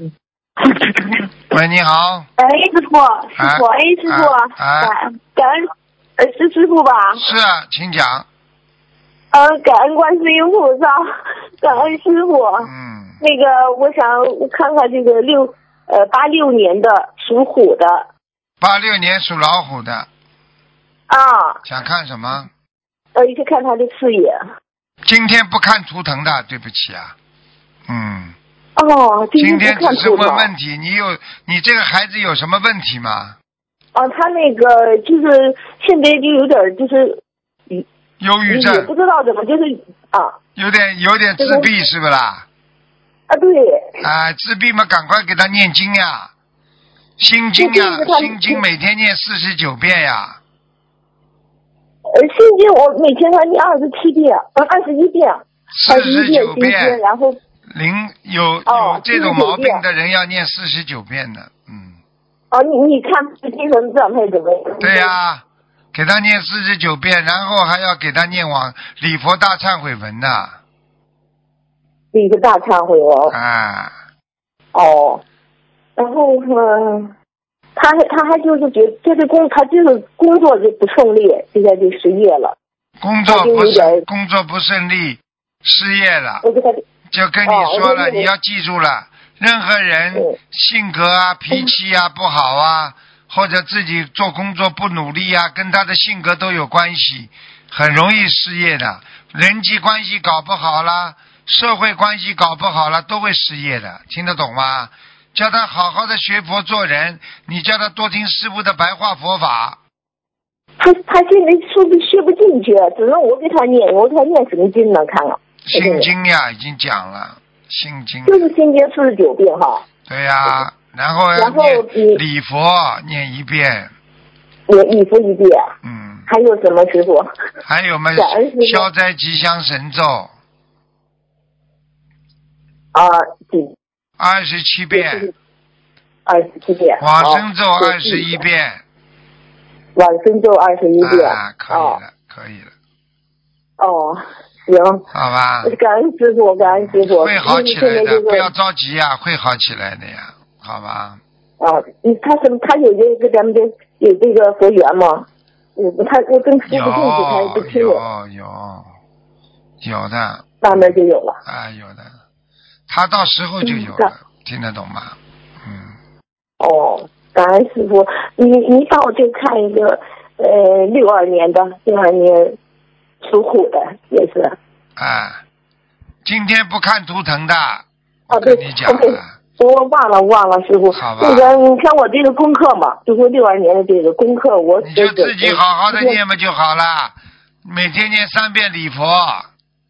喂，你好。 哎，师傅，师傅，哎，师傅，感感恩，呃，是师傅吧？ 是啊，请讲。 呃，感恩观世音菩萨，感恩师傅。 嗯。 那个，我想看看这个六呃八六年的属虎的。 八六年属老虎的。 啊。 想看什么？ 呃，一起看他的事业。 今天不看图腾的，对不起啊。嗯。 哦，今天不看图腾。 今天只是问问题，你有你这个孩子有什么问题吗？ 啊，他那个就是现在就有点就是忧郁症， 也不知道怎么就是啊， 有点有点自闭是不啦？ 啊，对。 啊，自闭嘛，赶快给他念经呀，心经呀，心经每天念四十九遍呀。 呃，心经我每天他念二十七遍，呃，二十一遍， 四十九遍， 然后零有有这种毛病的人要念四十九遍的，嗯。 哦，你你看精神状态怎么样？ 对呀、啊，给他念四十九遍，然后还要给他念往礼佛大忏悔文呐。 礼佛大忏悔文。 啊。 哦，然后嗯，他他还就是觉得就是工他就是工作就不顺利，现在就失业了。 工作不顺，工作不顺利，失业了。 我给他就跟你说了，哦、你要记住了。任何人性格啊、脾气啊不好啊，或者自己做工作不努力啊，跟他的性格都有关系，很容易失业的。人际关系搞不好啦，社会关系搞不好了，都会失业的，听得懂吗？叫他好好的学佛做人，你叫他多听师父的白话佛法。 他他现在书都学不进去，只能我给他念，我给他念什么经呢？看了。 心经呀，已经讲了。心经就是心经四十九遍哈。 对呀、啊，然后要念礼佛念一遍， 念礼佛一遍。 嗯。 还有什么师傅？ 还有嘛，消灾吉祥神咒。 啊，几？ 二十七遍。 二十七遍。 往生咒二十一遍。 往生咒二十一遍。 啊，可以了，哦、可以了。 哦。行， 好吧。 感恩师傅，感恩师傅。 会好起来的，不要着急呀、啊，会好起来的呀，好吧。 啊，他什么？他有这个咱们这有这个佛缘吗？我他我跟师傅进去，他也不听我。 有有有的。 慢慢就有了。 啊，有的，他到时候就有了，嗯、听得懂吗？嗯。 哦，感恩师傅，你你帮我就看一个呃六二年的六二年。属虎的也是啊，今天不看图腾的。 哦，对， 你讲了， 我忘了忘了，师傅。 好吧。 那个，你看我这个功课嘛，就是六二年的这个功课，我你就自己好好的念嘛就好了，每天念三遍礼佛。啊，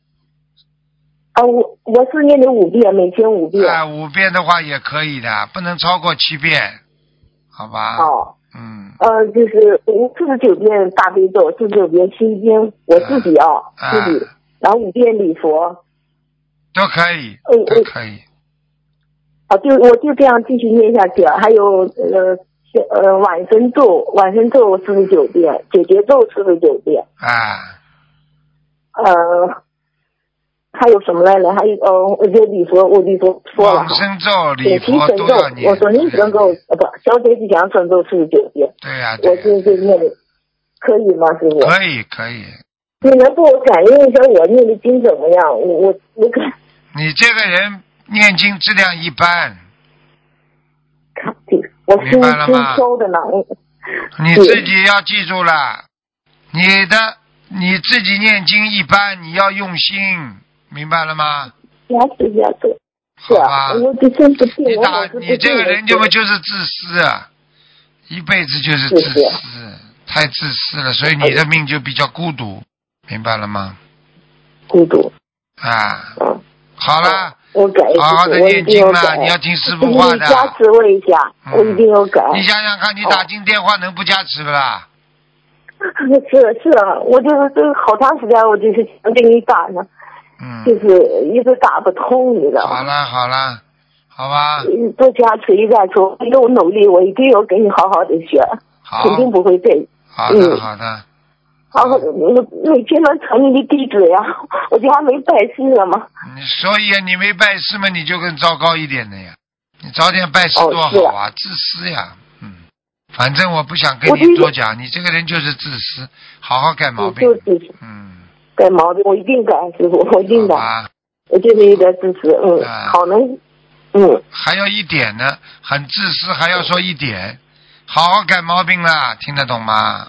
我我是念的五遍，每天五遍。 啊，五遍的话也可以的，不能超过七遍，好吧？ 哦。 嗯， 呃，就是四十九遍大悲咒，四十九遍心经，我自己啊，啊自己，然后五遍礼佛， 都可以，嗯、都可以。 啊，就我就这样继续念下去，还有呃呃往生咒，往生咒四十九遍，解结咒四十九遍。 啊。 呃。还有什么来着？还有呃，我这礼佛，我礼佛说了哈。 往生咒、礼佛都要念。 我说你能够呃不，消灾吉祥神咒四十九遍。 对呀、啊， 我这这念的可以吗，师傅？ 可以可以。 你能给我感应一下我念的经怎么样？我我我感。 你这个人念经质量一般。 看对，我心心挑的呢。 你自己要记住了，你的你自己念经一般，你要用心。明白了吗？ 了解了解，是啊，我这真不对， 你打你这个人要么就是自私啊，一辈子就是自私，太自私了，所以你的命就比较孤独，明白了吗？ 孤独啊，嗯、好了， 我改， 好好的念经了，你要听师父话的。 加持我一下，嗯、我一定要改。 你想想看，你打进电话能不加持不啦？ 是是啊，我就是这好长时间，我就是想给你打呢。 嗯， 就是一直打不通，你知道吗？ 好了好了， 好吧？ 嗯，多加持一下，说有努力，我一定要跟你好好的学， 好， 肯定不会再。 好的， 嗯、 好的。 好，每天都成你的弟子呀，我家没拜师了嘛。 你所以啊，你没拜师嘛，你就更糟糕一点的呀。你早点拜师多好啊， 哦、 自私呀。嗯，反正我不想跟你多讲，你这个人就是自私，好好改毛病。 就自私。 嗯， 改毛病，我一定改，师傅，我一定改。我就是有点自私，嗯，啊、好能，嗯。 还要一点呢，很自私，还要说一点，好好改毛病啦，听得懂吗？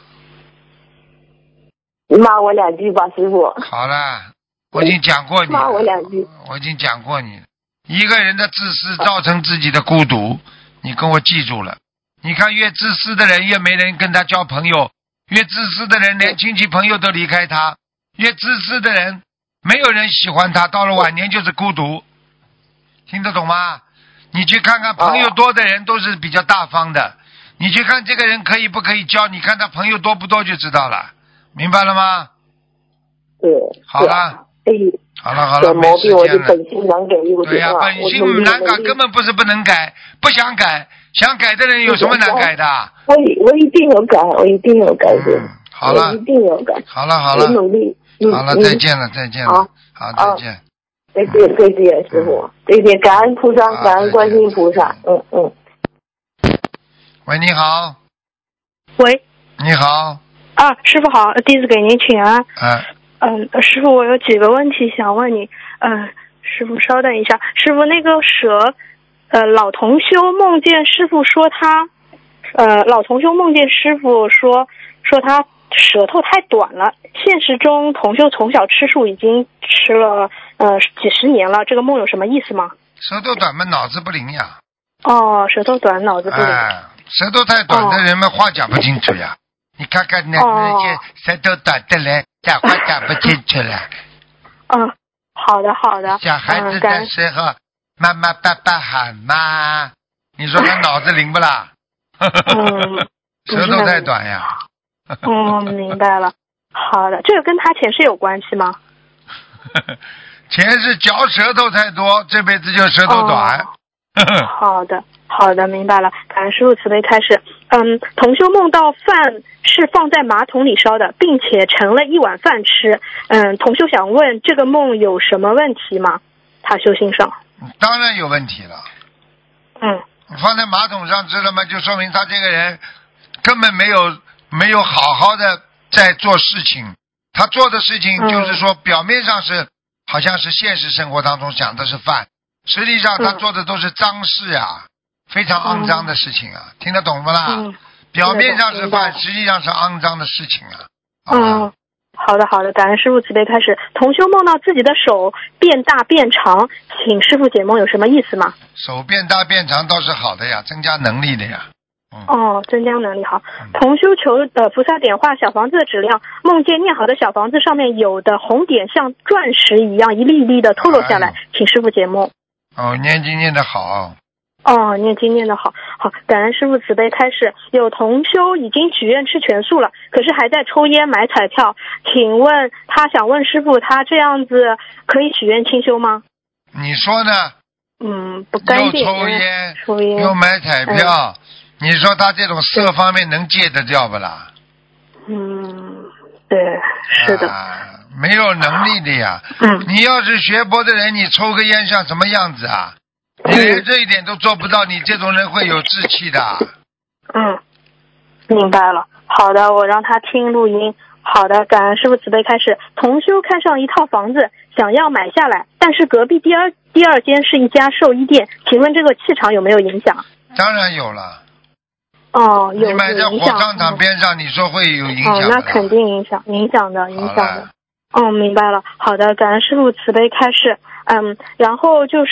你骂我两句吧，师傅。 好了，我已经讲过你了。 骂我两句。 我已经讲过你了。一个人的自私造成自己的孤独，你跟我记住了。你看，越自私的人越没人跟他交朋友，越自私的人连亲戚朋友都离开他，越自私的人没有人喜欢他，到了晚年就是孤独。听得懂吗？你去看看朋友多的人都是比较大方的，你去看这个人可以不可以交，你看他朋友多不多就知道了。明白了吗？ 对， 好了， 哎， 好了好了， 毛病我就本性难改， 对呀、啊，本性难改根本不是不能改，不想改，想改的人有什么难改的？ 我我一定要改，我一定要改的。 嗯，好了， 我一定要改。 好了好了， 我努力。 好了，再见了再见了，好，再见。 再见再见，师傅，再见，感恩菩萨，感恩观世音菩萨，嗯嗯。 喂，你好。 喂。 你好。 啊，师傅好，弟子给您请安。 嗯。 嗯，师傅，我有几个问题想问你。嗯，师傅稍等一下，师傅那个蛇，呃，老同修梦见师傅说他，呃，老同修梦见师傅说说他舌头太短了。现实中，同修从小吃素已经吃了呃几十年了，这个梦有什么意思吗？ 舌头短嘛，脑子不灵呀。 哦，舌头短，脑子不灵。 哎，舌头太短的人们话讲不清楚呀。哦，你看看那那些舌头短的人，讲话讲不清楚了。 嗯，好的好的。 小孩子的时候，嗯、妈妈爸爸喊妈，你说他脑子灵不啦？ 嗯， 舌头太短呀。 嗯，明白了。好的，这个跟他前世有关系吗？ 前世嚼舌头太多，这辈子就舌头短。 哦、好的。好的，明白了。感恩师父慈悲开示。嗯，同修梦到饭是放在马桶里烧的，并且盛了一碗饭吃。嗯，同修想问，这个梦有什么问题吗？他修心上。 当然有问题了。 嗯。 放在马桶上吃了嘛，就说明他这个人根本没有没有好好的在做事情。他做的事情就是说，表面上是、嗯、好像是现实生活当中想的是饭，实际上他做的都是脏事啊。嗯，非常肮脏的事情啊，嗯、听得懂不啦？嗯，表面上是饭，实际上是肮脏的事情啊。 嗯，好的好的，感恩师父慈悲开始。同修梦到自己的手变大变长，请师父解梦有什么意思吗？ 手变大变长倒是好的呀，增加能力的呀。 嗯、哦，增加能力好。同修求呃菩萨点化小房子的质量，梦见念好的小房子上面有的红点像钻石一样一粒一粒的脱落下来，哎、请师父解梦。 哦，念经念得好。 哦，念经念得好，好，感恩师父慈悲开示。有同修已经许愿吃全素了，可是还在抽烟买彩票，请问他想问师父，他这样子可以许愿清修吗？ 你说呢？ 嗯，不干净。 又抽烟， 抽烟又买彩票，嗯、你说他这种色方面能戒得掉不啦？ 嗯，对，是的。 啊，没有能力的呀。 嗯。 你要是学佛的人，你抽个烟像什么样子啊？你连这一点都做不到，你这种人会有志气的。 嗯，明白了。好的，我让他听录音。好的，感恩师父慈悲开示。同修看上一套房子，想要买下来，但是隔壁第二第二间是一家寿衣店，请问这个气场有没有影响？ 当然有了。 哦，有。 你买在火葬场边上，你说会有影响吗？ 哦，那肯定影响，影响的，影响的。哦，明白了。好的，感恩师父慈悲开示。嗯，然后就是。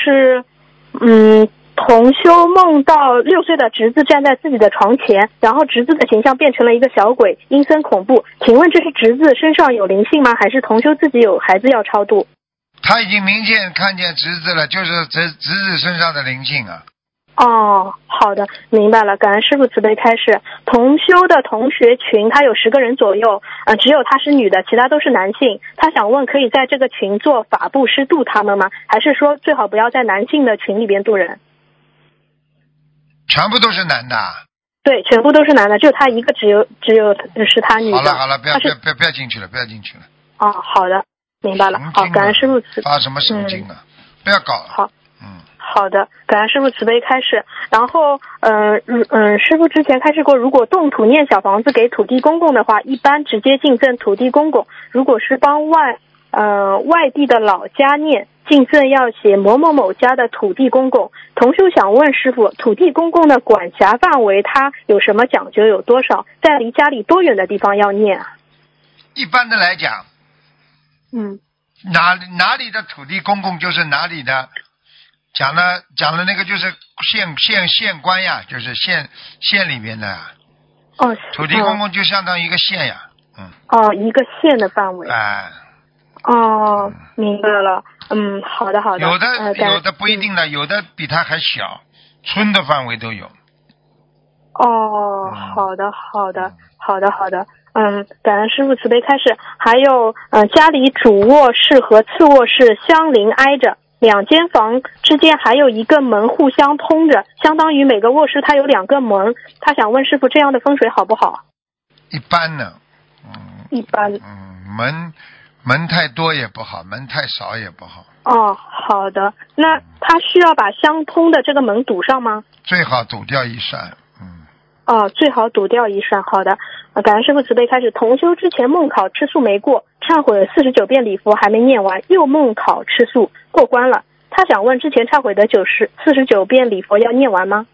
嗯，同修梦到六岁的侄子站在自己的床前，然后侄子的形象变成了一个小鬼，阴森恐怖。请问这是侄子身上有灵性吗？还是同修自己有孩子要超度？ 他已经明显看见侄子了，就是侄侄子身上的灵性啊。 哦，好的，明白了。感恩师父慈悲开示。同修的同学群，他有十个人左右，呃，只有他是女的，其他都是男性。他想问，可以在这个群做法布施度他们吗？还是说最好不要在男性的群里边度人？ 全部都是男的？ 对，全部都是男的，就他一个，只有只有是他女的。 好了好了，不要不他是要不要不要进去了，不要进去了。 哦，好的，明白了。好，感恩师傅慈。 发什么神经啊？不要搞了。 好， 嗯， 好的，感恩师傅慈悲开示。然后，嗯嗯嗯，师傅之前开示过，如果动土念小房子给土地公公的话，一般直接敬赠土地公公；如果是帮外呃外地的老家念，敬赠要写某某某家的土地公公。同修想问师傅，土地公公的管辖范围他有什么讲究？有多少？在离家里多远的地方要念啊？ 一般的来讲， 嗯， 哪哪里的土地公公就是哪里的，讲了讲了那个就是县县县官呀，就是县县里面的呀。 哦， 土地公公就相当于一个县呀。嗯。 哦，一个县的范围。 哎。 哦，明白了。嗯，好的好的。 有的、 呃、 有的不一定的，有的比它还小，村的范围都有。 哦，好的好的好的好的。嗯，感恩师父慈悲开示。还有，呃，家里主卧室和次卧室相邻挨着，两间房之间还有一个门互相通着，相当于每个卧室它有两个门。他想问师父，这样的风水好不好？ 一般呢。嗯。 一般。 嗯，门门太多也不好，门太少也不好。 哦，好的。那他需要把相通的这个门堵上吗？ 最好堵掉一扇。嗯。 哦，最好堵掉一扇。好的，感恩师父慈悲开始。同修之前梦考吃素没过，忏悔四十九遍礼佛还没念完，又梦考吃素过关了。他想问，之前忏悔的九十四十九遍礼佛要念完吗？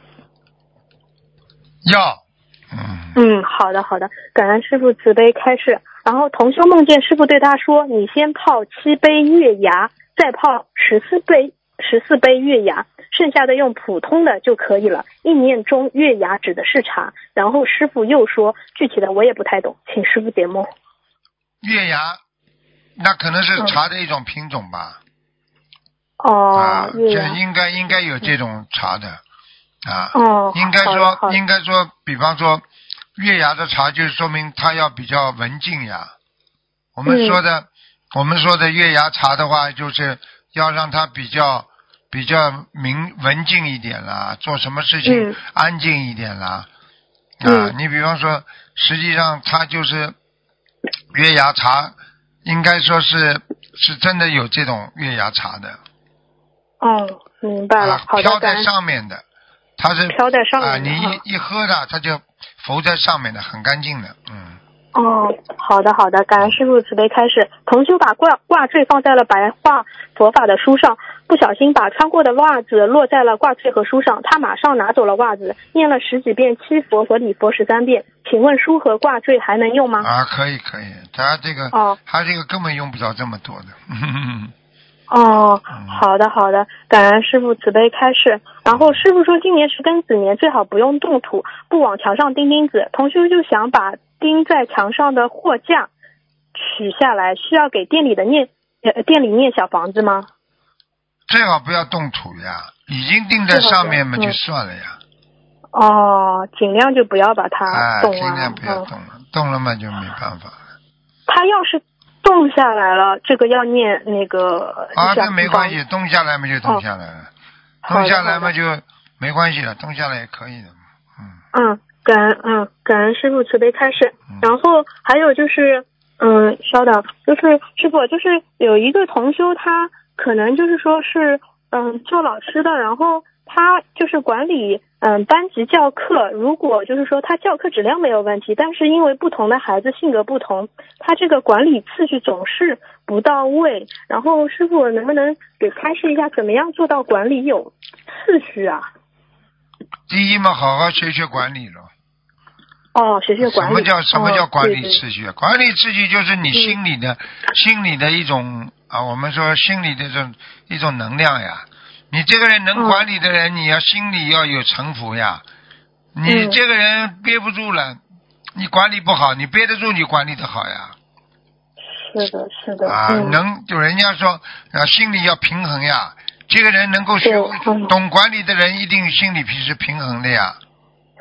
要。 嗯嗯，好的好的，感恩师父慈悲开示。然后同修梦见师父对他说：“你先泡七杯月牙，再泡十四杯十四杯月牙，剩下的用普通的就可以了。”意念中月牙指的是茶。然后师父又说，具体的我也不太懂，请师父解梦。 月牙，那可能是茶的一种品种吧。 嗯、哦， 啊， 这应该应该有这种茶的啊。 哦， 应该说应该说，比方说月牙的茶，就是说明它要比较文静呀。我们说的、嗯、我们说的月牙茶的话，就是要让它比较比较明文静一点啦，做什么事情安静一点啦。 嗯、 啊，你比方说，实际上它就是月牙茶，应该说是是真的有这种月牙茶的。 哦，明白了。 啊、 好的， 飘在上面的，它是飘在上面的。 啊，你一一喝它，它就浮在上面的，很干净的。嗯。 哦，好的好的，感恩师父慈悲开示。同修把挂挂坠放在了白话佛法的书上，不小心把穿过的袜子落在了挂坠和书上，他马上拿走了袜子，念了十几遍七佛和礼佛十三遍。请问书和挂坠还能用吗？ 啊，可以可以，他这个哦， 他这个根本用不着这么多的。 哦，好的好的，感恩师父慈悲开示。然后师父说今年是庚子年，最好不用动土，不往墙上钉钉子。同修就想把钉在墙上的货架取下来，需要给店里的念呃店里念小房子吗？ 最好不要动土呀，已经钉在上面嘛，就算了呀。 哦，尽量就不要把它动了。 哎，尽量不要动了，嗯、动了嘛就没办法了。 他要是动下来了，这个要念那个啊，这没关系，动下来嘛就动下来了， 哦、 动下来嘛就没关系了，动下来也可以的。嗯嗯，感恩嗯感恩师父慈悲开示。 嗯、 然后还有就是嗯，稍等，就是师父，就是有一个同修，他可能就是说是嗯做老师的，然后他就是管理嗯班级教课，如果就是说他教课质量没有问题，但是因为不同的孩子性格不同，他这个管理次序总是不到位。然后师父能不能给开示一下，怎么样做到管理有次序啊？ 第一嘛，好好学学管理了。 哦，学学管理。 什么叫什么叫管理次序？ 哦、 管理次序就是你心里的、嗯、心里的一种啊，我们说心里的这种一种能量呀。你这个人能管理的人，哦、你要心里要有城府呀。你这个人憋不住了，嗯、你管理不好，你憋得住，你管理得好呀。 是的，是的。 啊， 嗯、 能就人家说啊，心里要平衡呀。这个人能够学、嗯、懂管理的人，一定心里是平衡的呀。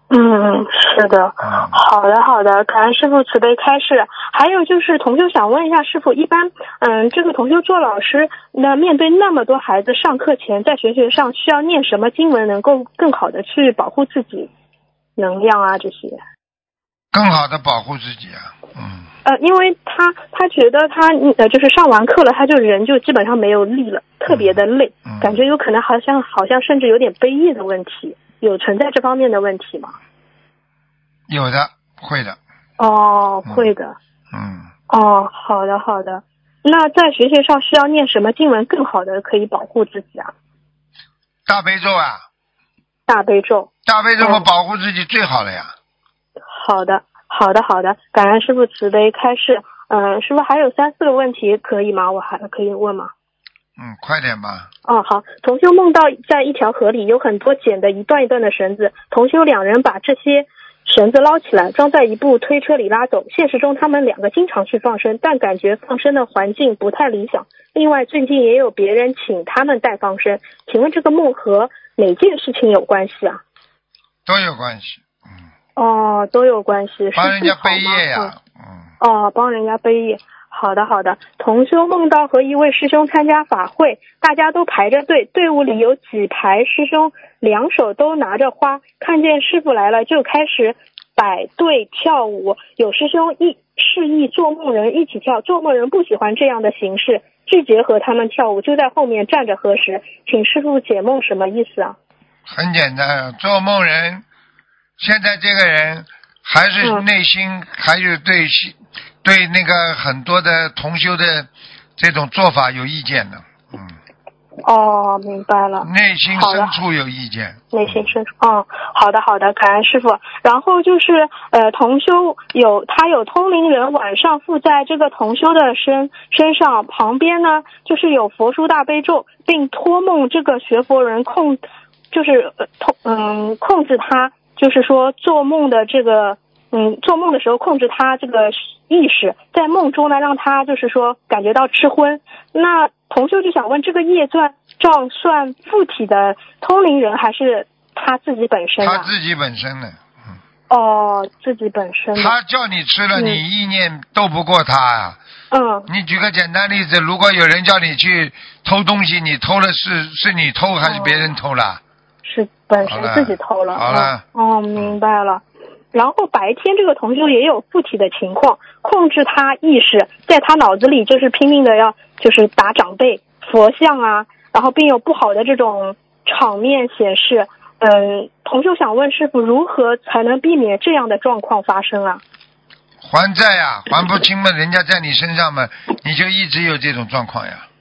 嗯，是的，好的好的，感恩师父慈悲开示。还有就是同修想问一下师父，一般嗯，这个同修做老师，那面对那么多孩子，上课前在学学上需要念什么经文，能够更好的去保护自己能量啊这些？ 更好的保护自己啊，嗯。 呃，因为他他觉得他呃就是上完课了，他就人就基本上没有力了，特别的累， 嗯、 感觉有可能好像好像甚至有点悲业的问题。有存在这方面的问题吗？ 有的，会的。 哦，会的。 嗯。 哦，好的好的。那在学习上需要念什么经文更好的可以保护自己啊？ 大悲咒啊。 大悲咒。 大悲咒嘛，保护自己最好了呀。 好的好的好的，感恩师父慈悲开示。嗯、呃，师父还有三四个问题可以吗？我还可以问吗？ 嗯，快点吧。 哦，好。同修梦到在一条河里有很多剪的一段一段的绳子，同修两人把这些绳子捞起来，装在一部推车里拉走。现实中他们两个经常去放生，但感觉放生的环境不太理想。另外，最近也有别人请他们带放生，请问这个梦和哪件事情有关系啊？ 都有关系。嗯。 哦，都有关系。 帮人家背业呀。 嗯。哦，帮人家背业。好的好的，同修梦到和一位师兄参加法会，大家都排着队，队伍里有几排师兄两手都拿着花，看见师父来了就开始摆队跳舞，有师兄一示意做梦人一起跳，做梦人不喜欢这样的形式，拒绝和他们跳舞，就在后面站着核实，请师父解梦什么意思啊？ 很简单，做梦人现在这个人还是内心、嗯、还是对对那个很多的同修的这种做法有意见的，嗯。 哦，明白了。 内心深处有意见。 内心深处，嗯，好的好的，感恩师父。然后就是呃，同修有他有通灵人晚上附在这个同修的身身上，旁边呢就是有佛书大悲咒，并托梦这个学佛人控就是呃控嗯控制他，就是说做梦的这个。嗯，做梦的时候控制他这个意识，在梦中呢让他就是说感觉到吃荤。那同修就想问，这个业算账算附体的通灵人还是他自己本身啊？ 他自己本身的。嗯。 哦，自己本身的。 他叫你吃了，嗯、你意念斗不过他呀、 啊。嗯。 你举个简单例子，如果有人叫你去偷东西，你偷了是是你偷还是别人偷了？哦、 是本身自己偷了。 好了。 哦，明白了。然后白天这个同修也有附体的情况，控制他意识，在他脑子里就是拼命的要就是打长辈佛像啊，然后并有不好的这种场面显示。嗯，同修想问师父，如何才能避免这样的状况发生啊？ 还债呀、啊，还不清嘛，人家在你身上嘛，你就一直有这种状况呀。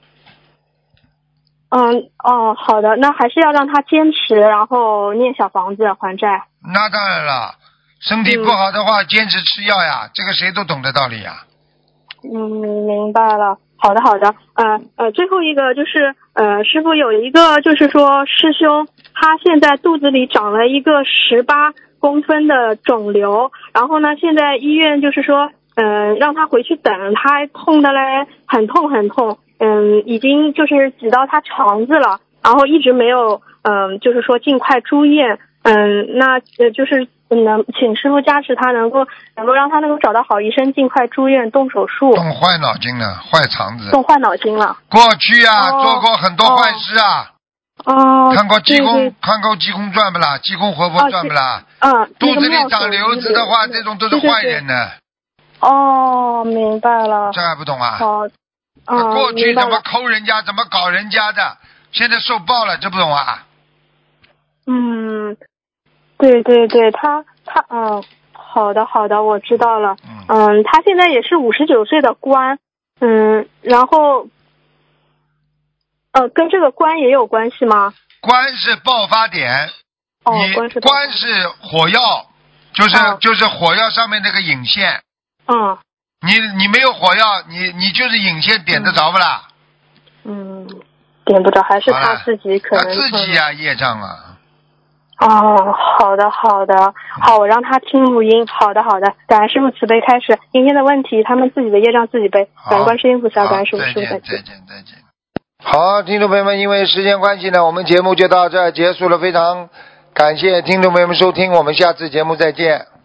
嗯，哦，好的，那还是要让他坚持，然后念小房子还债。 那当然了。身体不好的话、嗯、坚持吃药呀，这个谁都懂的道理呀。 嗯，明白了。好的好的。呃呃最后一个就是呃师父有一个就是说师兄他现在肚子里长了一个十八公分的肿瘤，然后呢现在医院就是说嗯、呃、让他回去等，他痛的嘞很痛很痛，嗯已经就是挤到他肠子了，然后一直没有嗯、呃、就是说尽快住院。嗯那呃就是能请师父加持他能够能够让他能够找到好医生，尽快住院动手术。 动坏脑筋了，坏肠子。 动坏脑筋了。 过去啊、哦、做过很多坏事啊。 哦。 看过济公对对看过济公传不啦？济公活佛传不啦？ 嗯。 肚子里长瘤子的话，这种都是坏人呢。 哦，明白了。 这还不懂啊？ 好。 嗯。过去怎么抠人家，怎么搞人家的，现在受报了，这不懂啊？ 嗯。对对对，他他嗯，好的好的，我知道了。嗯，他现在也是五十九岁的官，嗯，然后，呃，跟这个官也有关系吗？ 官是爆发点， 哦， 你官是官是火药，就是、嗯、就是火药上面那个引线。 嗯。 你你没有火药，你你就是引线点得着不啦？ 嗯，点不着，还是他自己可能。 他自己啊，业障啊。 哦，好的好的，好，我让他听录音。好的好的，感恩师父慈悲开示。今天的问题，他们自己的业障自己背。感恩观世音菩萨，感恩师父，师父再见。 再见再见。好，听众朋友们，因为时间关系呢，我们节目就到这儿结束了，非常感感谢听众朋友们收听，我们下次节目再见。